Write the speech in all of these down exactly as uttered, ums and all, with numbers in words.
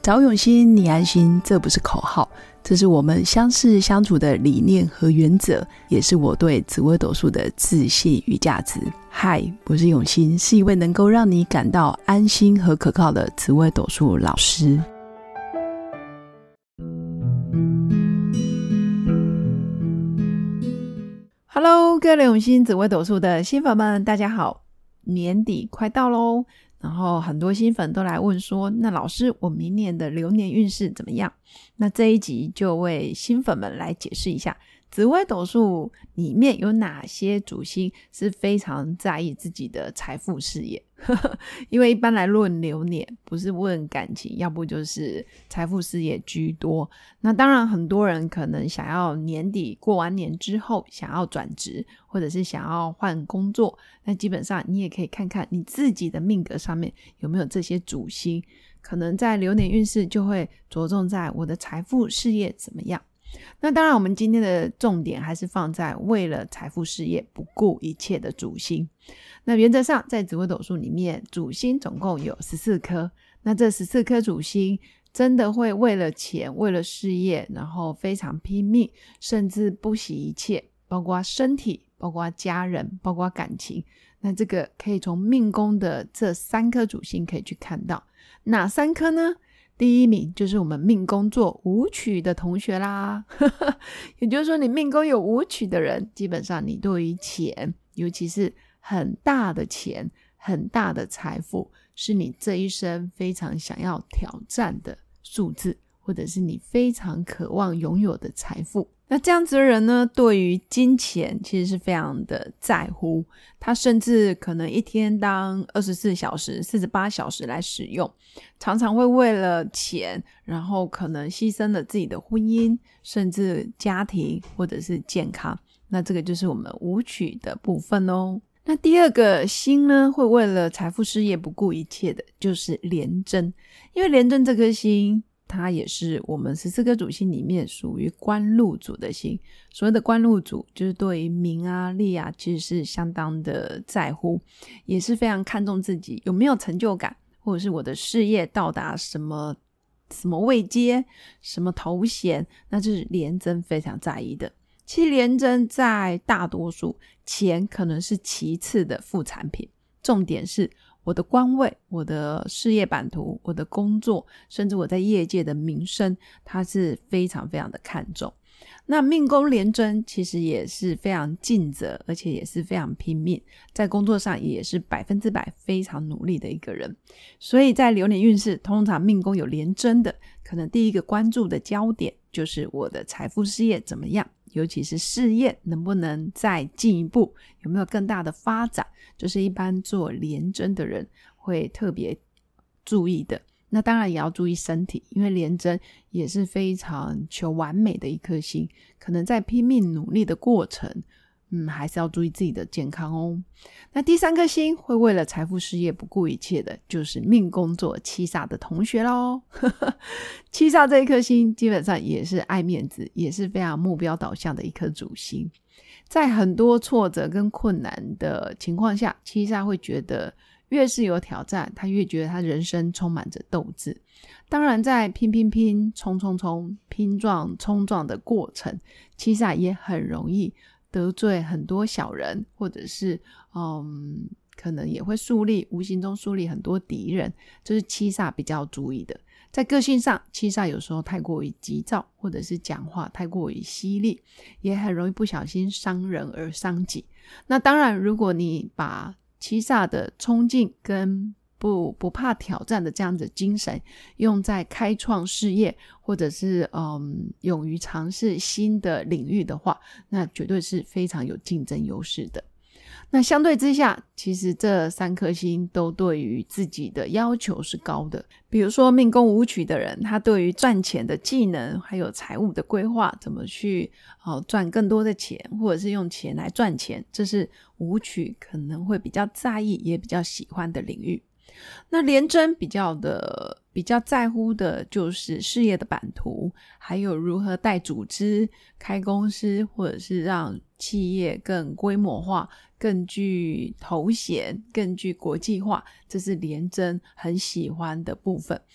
找永新，你安心，这不是口号，这是我们相识相处的理念和原则，也是我对紫微斗数的自信与价值。嗨，我是永新，是一位能够让你感到安心和可靠的紫微斗数老师。Hello， 各位永新紫微斗数的新粉们，大家好！年底快到咯，然后很多新粉都来问说，那老师，我明年的流年运势怎么样？那这一集就为新粉们来解释一下，紫微斗数里面有哪些主星是非常在意自己的财富事业因为一般来论流年不是问感情，要不就是财富事业居多。那当然很多人可能想要年底过完年之后想要转职，或者是想要换工作，那基本上你也可以看看你自己的命格上面有没有这些主星，可能在流年运势就会着重在我的财富事业怎么样。那当然我们今天的重点还是放在为了财富事业不顾一切的主星。那原则上在紫微斗数里面主星总共有十四颗，那这十四颗主星真的会为了钱为了事业然后非常拼命，甚至不惜一切，包括身体包括家人包括感情。那这个可以从命宫的这三颗主星可以去看到。哪三颗呢？第一名就是我们命宫做武曲的同学啦也就是说你命宫有武曲的人，基本上你对于钱，尤其是很大的钱很大的财富，是你这一生非常想要挑战的数字，或者是你非常渴望拥有的财富。那这样子的人呢，对于金钱其实是非常的在乎，他甚至可能一天当二十四小时四十八小时来使用，常常会为了钱然后可能牺牲了自己的婚姻甚至家庭或者是健康。那这个就是我们武曲的部分哦。那第二个星呢，会为了财富事业不顾一切的就是廉贞。因为廉贞这颗星它也是我们十四颗主星里面属于官禄主的星。所谓的官禄主就是对于名啊利啊其实是相当的在乎，也是非常看重自己有没有成就感，或者是我的事业到达什么什么位阶什么头衔，那这是廉贞非常在意的。其实廉贞在大多数钱可能是其次的副产品，重点是我的官位我的事业版图我的工作甚至我在业界的名声，它是非常非常的看重。那命宫廉贞其实也是非常尽责，而且也是非常拼命，在工作上也是百分之百非常努力的一个人。所以在流年运势通常命宫有廉贞的，可能第一个关注的焦点就是我的财富事业怎么样，尤其是事业能不能再进一步，有没有更大的发展，就是一般做廉贞的人会特别注意的。那当然也要注意身体，因为廉贞也是非常求完美的一颗星，可能在拼命努力的过程嗯，还是要注意自己的健康哦。那第三颗星会为了财富事业不顾一切的就是命宫做七煞的同学咯七煞这一颗星基本上也是爱面子，也是非常目标导向的一颗主星。在很多挫折跟困难的情况下，七煞会觉得越是有挑战，他越觉得他人生充满着斗志。当然在拼拼拼冲冲冲拼撞冲撞的过程，七煞也很容易得罪很多小人，或者是嗯，可能也会树立无形中树立很多敌人，这是七煞比较注意的。在个性上，七煞有时候太过于急躁，或者是讲话太过于犀利，也很容易不小心伤人而伤己。那当然如果你把七煞的冲劲跟不不怕挑战的这样的精神用在开创事业，或者是嗯勇于尝试新的领域的话，那绝对是非常有竞争优势的。那相对之下，其实这三颗星都对于自己的要求是高的。比如说命宫武曲的人，他对于赚钱的技能还有财务的规划，怎么去、呃、赚更多的钱，或者是用钱来赚钱，这是武曲可能会比较在意也比较喜欢的领域。那廉贞比较的比较在乎的就是事业的版图，还有如何带组织开公司，或者是让企业更规模化更具头衔更具国际化，这是廉贞很喜欢的部分。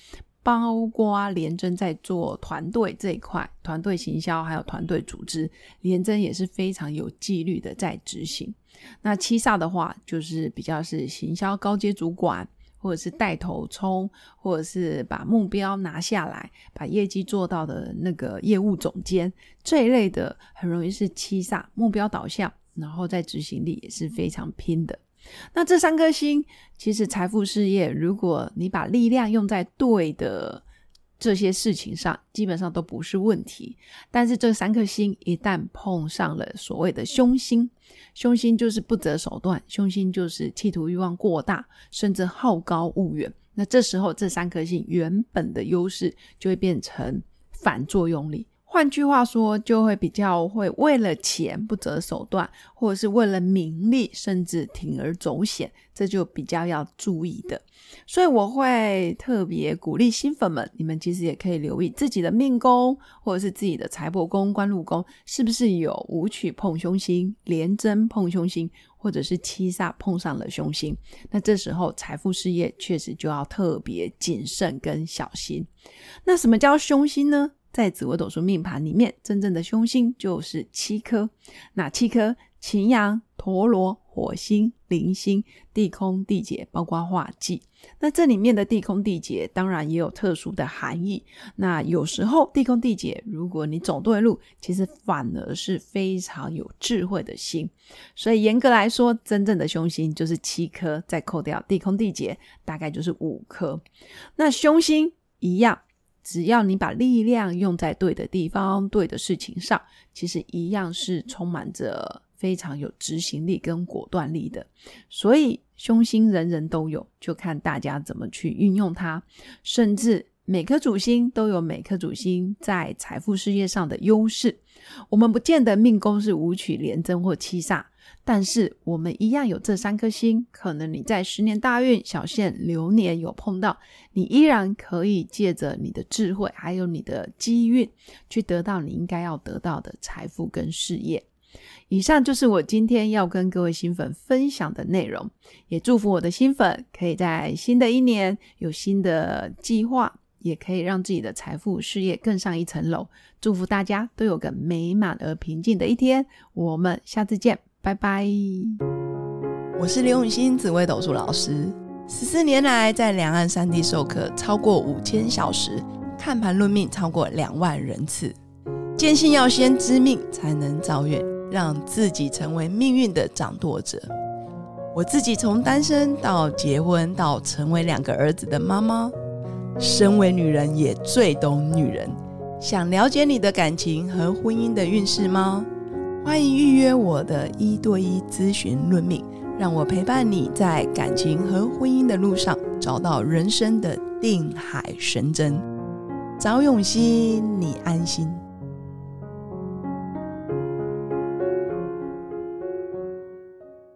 包括廉贞在做团队这一块，团队行销还有团队组织，廉贞也是非常有纪律的在执行。那七煞的话就是比较是行销高阶主管，或者是带头冲，或者是把目标拿下来，把业绩做到的那个业务总监，这一类的很容易是七煞，目标导向，然后在执行力也是非常拼的。那这三颗星其实财富事业，如果你把力量用在对的这些事情上，基本上都不是问题。但是这三颗星一旦碰上了所谓的凶星，凶星就是不择手段，凶星就是企图欲望过大，甚至好高骛远，那这时候这三颗星原本的优势就会变成反作用力。换句话说，就会比较会为了钱不择手段，或者是为了名利甚至铤而走险，这就比较要注意的。所以我会特别鼓励新粉们，你们其实也可以留意自己的命宫或者是自己的财帛宫、官禄宫是不是有武曲碰凶星、廉贞碰凶星，或者是七煞碰上了凶星。那这时候财富事业确实就要特别谨慎跟小心。那什么叫凶星呢？在紫微斗数命盘里面，真正的凶星就是七颗。那七颗：擎羊、陀罗、火星、铃星、地空、地劫，包括化忌。那这里面的地空地劫当然也有特殊的含义。那有时候地空地劫，如果你走对路，其实反而是非常有智慧的星。所以严格来说，真正的凶星就是七颗，再扣掉地空地劫，大概就是五颗。那凶星一样，只要你把力量用在对的地方、对的事情上，其实一样是充满着非常有执行力跟果断力的。所以凶星人人都有，就看大家怎么去运用它。甚至每颗主星都有每颗主星在财富事业上的优势。我们不见得命宫是武曲、廉贞或七煞，但是我们一样有这三颗星，可能你在十年大运、小限、流年有碰到，你依然可以借着你的智慧还有你的机运，去得到你应该要得到的财富跟事业。以上就是我今天要跟各位新粉分享的内容，也祝福我的新粉可以在新的一年有新的计划，也可以让自己的财富事业更上一层楼。祝福大家都有个美满而平静的一天，我们下次见，拜拜。 我是刘永新紫微斗数老师，十四年来在两岸三地授课超过五千小时，看盘论命超过两万人次，坚信要先知命才能造运，让自己成为命运的掌舵者。我自己从单身到结婚到成为两个儿子的妈妈，身为女人也最懂女人。想了解你的感情和婚姻的运势吗？欢迎预约我的一对一咨询论命，让我陪伴你在感情和婚姻的路上找到人生的定海神针。找永熙，你安心。